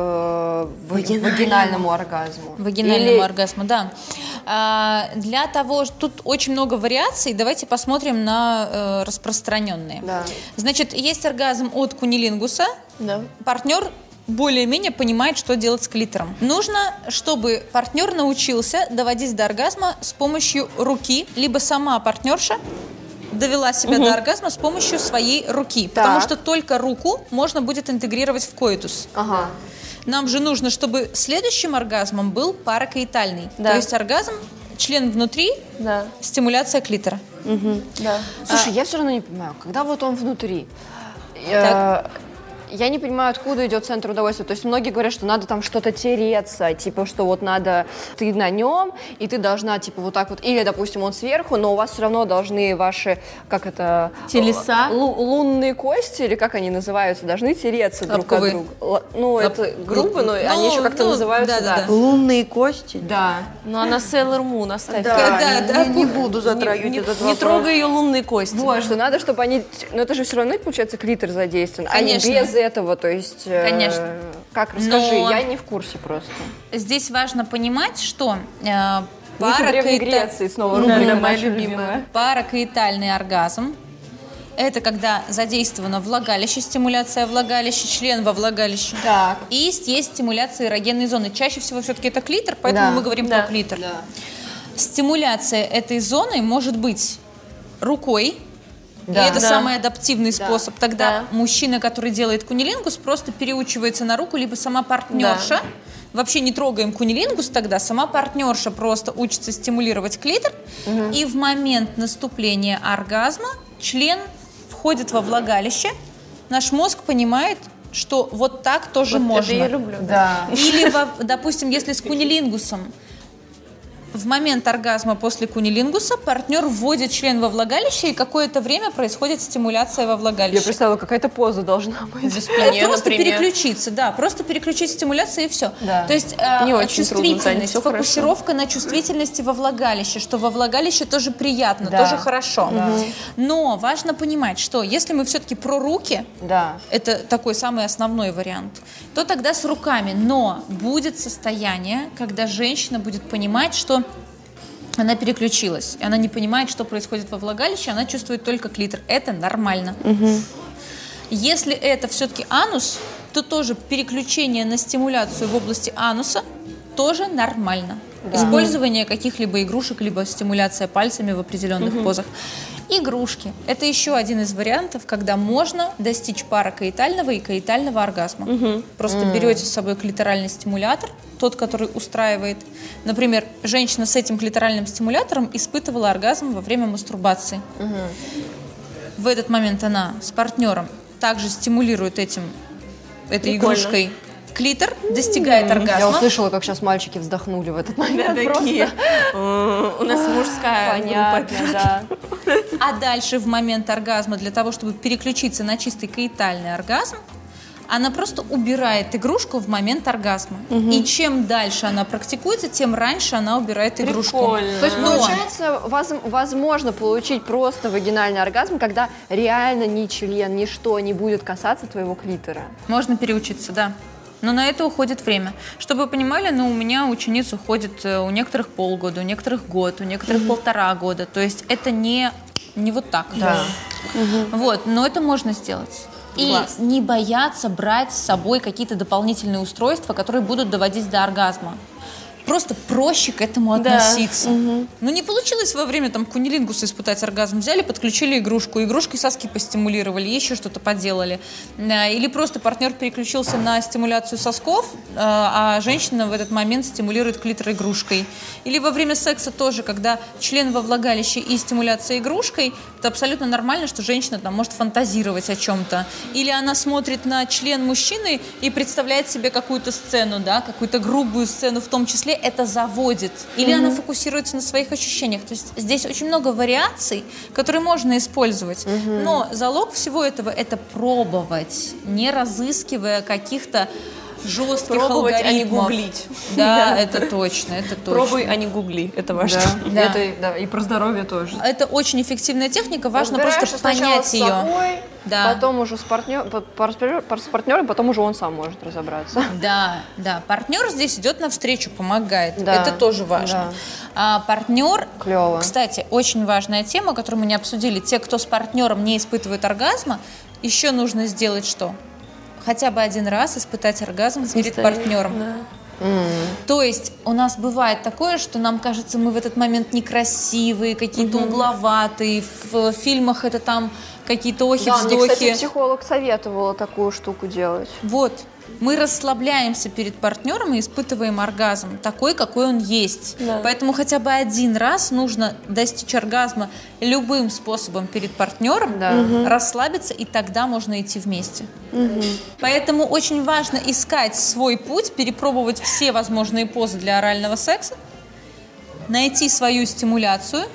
вагинальному оргазму? Вагинальному оргазму, да. Для того, тут очень много вариаций, давайте посмотрим на распространенные. Да. Значит, есть оргазм от кунилингуса, партнер более-менее понимает, что делать с клитором. Нужно, чтобы партнер научился доводить до оргазма с помощью руки, либо сама партнерша довела себя до оргазма с помощью своей руки. Потому что только руку можно будет интегрировать в коитус. Нам же нужно, чтобы следующим оргазмом был паракоитальный. То есть оргазм, член внутри, стимуляция клитора. Слушай, я все равно не понимаю, когда вот он внутри... Я не понимаю, откуда идет центр удовольствия. То есть многие говорят, что надо там что-то тереться, типа, что вот надо, ты на нем, и ты должна, типа, вот так вот, или, допустим, он сверху, но у вас все равно должны ваши, как это... Телеса? Лунные кости, или как они называются, должны тереться друг от друга. Ну, это грубо, но они еще как-то называются, да. Лунные кости? Да. Ну, она Sailor Moon, оставь. Да, не буду затрагивать этот вопрос. Не трогай ее лунные кости. Вот, что надо, чтобы они... Но это же все равно, получается, клитор задействован, а не без этого, то есть... Конечно. Как, расскажи, я не в курсе просто. Здесь важно понимать, что паракоитальный оргазм — это когда задействовано влагалище, стимуляция влагалища, член во влагалище. Так. И есть стимуляция эрогенной зоны. Чаще всего все-таки это клитор, поэтому мы говорим про клитор. Стимуляция этой зоны может быть рукой. И это самый адаптивный способ. Тогда мужчина, который делает кунилингус, просто переучивается на руку, либо сама партнерша. Вообще не трогаем кунилингус тогда, сама партнерша просто учится стимулировать клитор, и в момент наступления оргазма член входит во влагалище, наш мозг понимает, что вот так тоже можно. Это я люблю. Да. Или, допустим, если с кунилингусом, в момент оргазма после кунилингуса партнер вводит член во влагалище, и какое-то время происходит стимуляция во влагалище. Я представила, какая-то поза должна быть. Просто переключиться, просто переключить стимуляцию и все. Да. То есть Не очень трудно, Таня, чувствительность, всё фокусировка на чувствительности во влагалище, что во влагалище тоже приятно, тоже хорошо. Но важно понимать, что если мы все-таки про руки, это такой самый основной вариант, то тогда с руками. Но будет состояние, когда женщина будет понимать, что она переключилась, и она не понимает, что происходит во влагалище, она чувствует только клитор. Это нормально. Если это все-таки анус, то тоже переключение на стимуляцию в области ануса тоже нормально. Использование каких-либо игрушек, либо стимуляция пальцами в определенных позах. Игрушки. Это еще один из вариантов, когда можно достичь паракоитального и коитального оргазма. Просто берете с собой клиторальный стимулятор, тот, который устраивает. Например, женщина с этим клиторальным стимулятором испытывала оргазм во время мастурбации. В этот момент она с партнером также стимулирует этой игрушкой клитор, достигает оргазма. Я услышала, как сейчас мальчики вздохнули в этот момент. Такие. У нас мужская Понятно, да. А дальше в момент оргазма, для того, чтобы переключиться на чистый коитальный оргазм, она просто убирает игрушку в момент оргазма. И чем дальше она практикуется, тем раньше она убирает игрушку. Прикольно. То есть, получается, возможно получить просто вагинальный оргазм, когда реально ни член, ничто не будет касаться твоего клитора. Можно переучиться, да. Но на это уходит время. Чтобы вы понимали, у меня учениц уходит у некоторых полгода, у некоторых год, у некоторых 1,5 года. То есть это не вот так. Вот, но это можно сделать. И не бояться брать с собой какие-то дополнительные устройства, которые будут доводить до оргазма. Просто проще к этому относиться. Ну, не получилось во время кунилингуса испытать оргазм. Взяли, подключили игрушку, игрушкой соски постимулировали, еще что-то поделали. Или просто партнер переключился на стимуляцию сосков, а женщина в этот момент стимулирует клитор игрушкой. Или во время секса тоже, когда член во влагалище и стимуляция игрушкой, это абсолютно нормально, что женщина может фантазировать о чем-то. Или она смотрит на член мужчины и представляет себе какую-то сцену, какую-то грубую сцену в том числе, это заводит. Или она фокусируется на своих ощущениях. То есть здесь очень много вариаций, которые можно использовать. Но залог всего этого — это пробовать, не разыскивая каких-то жестких пробовать, алгоритмов. а не гуглить. Да, это точно, это точно. Пробуй, а не гугли. Это важно. Это и про здоровье тоже. Это очень эффективная техника, важно Разбираешься просто понять сначала с собой, ее. Да. Потом уже с партнером, потом уже он сам может разобраться. Да. Партнер здесь идет навстречу, помогает. Это тоже важно. Партнер, Клево. кстати, очень важная тема, которую мы не обсудили. Те, кто с партнером не испытывает оргазма, еще нужно сделать что? Хотя бы один раз испытать оргазм перед партнером. То есть у нас бывает такое, что нам кажется, мы в этот момент некрасивые, какие-то угловатые, в фильмах это какие-то охи-вздохи. Мне, кстати, психолог советовала такую штуку делать. Вот. Мы расслабляемся перед партнером и испытываем оргазм такой, какой он есть. Поэтому хотя бы один раз нужно достичь оргазма любым способом перед партнером, расслабиться, и тогда можно идти вместе. Поэтому очень важно искать свой путь, перепробовать все возможные позы для орального секса, найти свою стимуляцию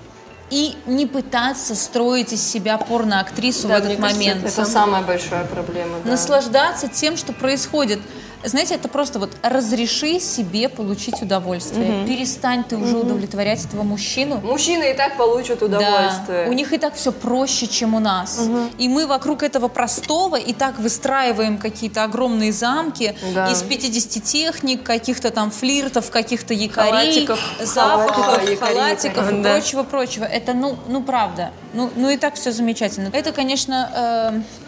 и не пытаться строить из себя порноактрису в этот момент. Это самая большая проблема. Наслаждаться тем, что происходит. Знаете, это просто разреши себе получить удовольствие. Перестань ты уже удовлетворять этого мужчину. Мужчины и так получат удовольствие. Да, у них и так все проще, чем у нас. И мы вокруг этого простого и так выстраиваем какие-то огромные замки из 50 техник, каких-то флиртов, каких-то якорей, запахов, халатиков и прочего-прочего. Это, правда. И так все замечательно. Это, конечно,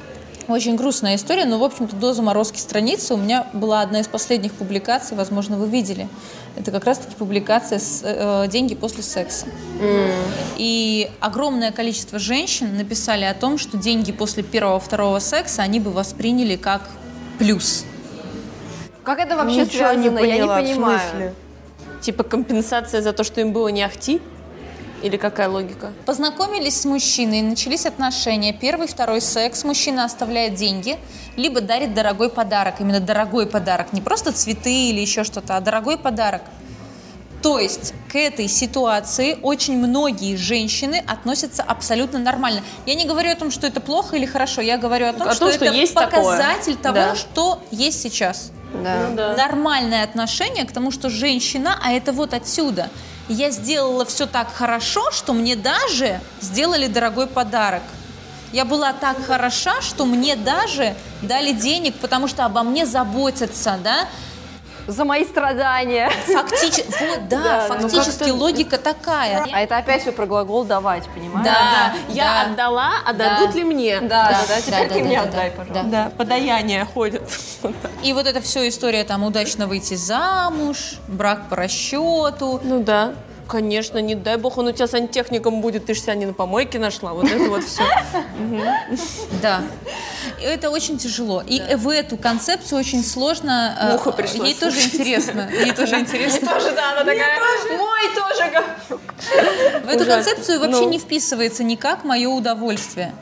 Очень грустная история, но, в общем-то, до заморозки страницы у меня была одна из последних публикаций, возможно, вы видели. Это как раз-таки публикация «Деньги после секса». И огромное количество женщин написали о том, что деньги после первого-второго секса они бы восприняли как плюс. Как это вообще Ничего связано? не поняла, Я не в понимаю. смысле? Типа компенсация за то, что им было не ахти? Или какая логика? Познакомились с мужчиной, начались отношения, первый, второй секс, мужчина оставляет деньги, либо дарит дорогой подарок, именно дорогой подарок, не просто цветы или еще что-то, а дорогой подарок. То есть к этой ситуации очень многие женщины относятся абсолютно нормально. Я не говорю о том, что это плохо или хорошо, я говорю о том, что это есть показатель такое. того, Да. что есть сейчас. Да. Ну да. Нормальное отношение к тому, что женщина, а это вот отсюда. Я сделала все так хорошо, что мне даже сделали дорогой подарок. Я была так хороша, что мне даже дали денег, потому что обо мне заботятся, да? За мои страдания. Фактически, вот, да, фактически логика такая. А это опять все про глагол «давать», понимаешь? Да, Я да. отдала, а дадут ли мне? Да, теперь да, ты мне да, отдай, да, пожалуйста. Да, подаяние ходят. И вот эта все история, там, удачно выйти замуж, брак по расчету. Ну да, конечно, не дай бог он у тебя сантехником будет, ты ж себя не на помойке нашла, вот это вот все. Да. И это очень тяжело. И в эту концепцию очень сложно. Муха пришла Ей тоже интересно. Ей тоже интересно. Тоже, да, она такая, мой тоже. В эту концепцию вообще не вписывается никак мое удовольствие.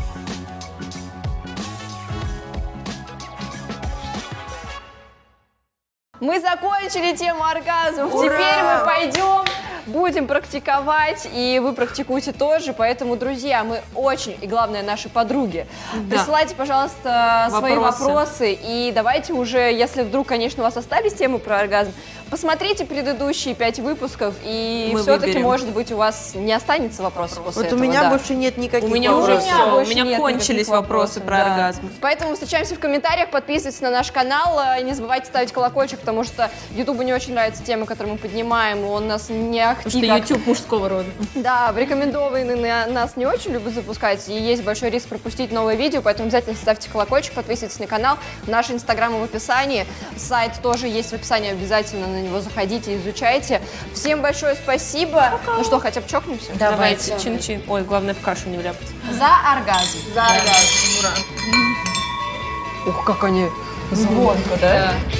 Мы закончили тему оргазмов. Теперь мы пойдем, будем практиковать, и вы практикуйте тоже. Поэтому, друзья, мы очень, и главное, наши подруги, присылайте, пожалуйста, свои вопросы. И давайте уже, если вдруг, конечно, у вас остались темы про оргазм, посмотрите предыдущие 5 выпусков, и все-таки, может быть, у вас не останется вопросов после этого. Вот у меня больше нет никаких У меня уже вопросов. все, у больше меня нет кончились никаких вопросы вопросов, про да. оргазм. Поэтому встречаемся в комментариях, подписывайтесь на наш канал, и не забывайте ставить колокольчик, потому что Ютубу не очень нравятся темы, которые мы поднимаем, он нас не ахти. Потому что YouTube мужского рода. Да, в рекомендованные нас не очень любят запускать, и есть большой риск пропустить новое видео, поэтому обязательно ставьте колокольчик, подписывайтесь на канал, наш инстаграм в описании, сайт тоже есть в описании, обязательно на него заходите, изучайте. Всем большое спасибо. Ну что, хотя бы чокнемся? Давайте, чин-чин. Ой, главное в кашу не вляпаться. За оргазм. За оргазм. Ура. Ух, как они звонко, да?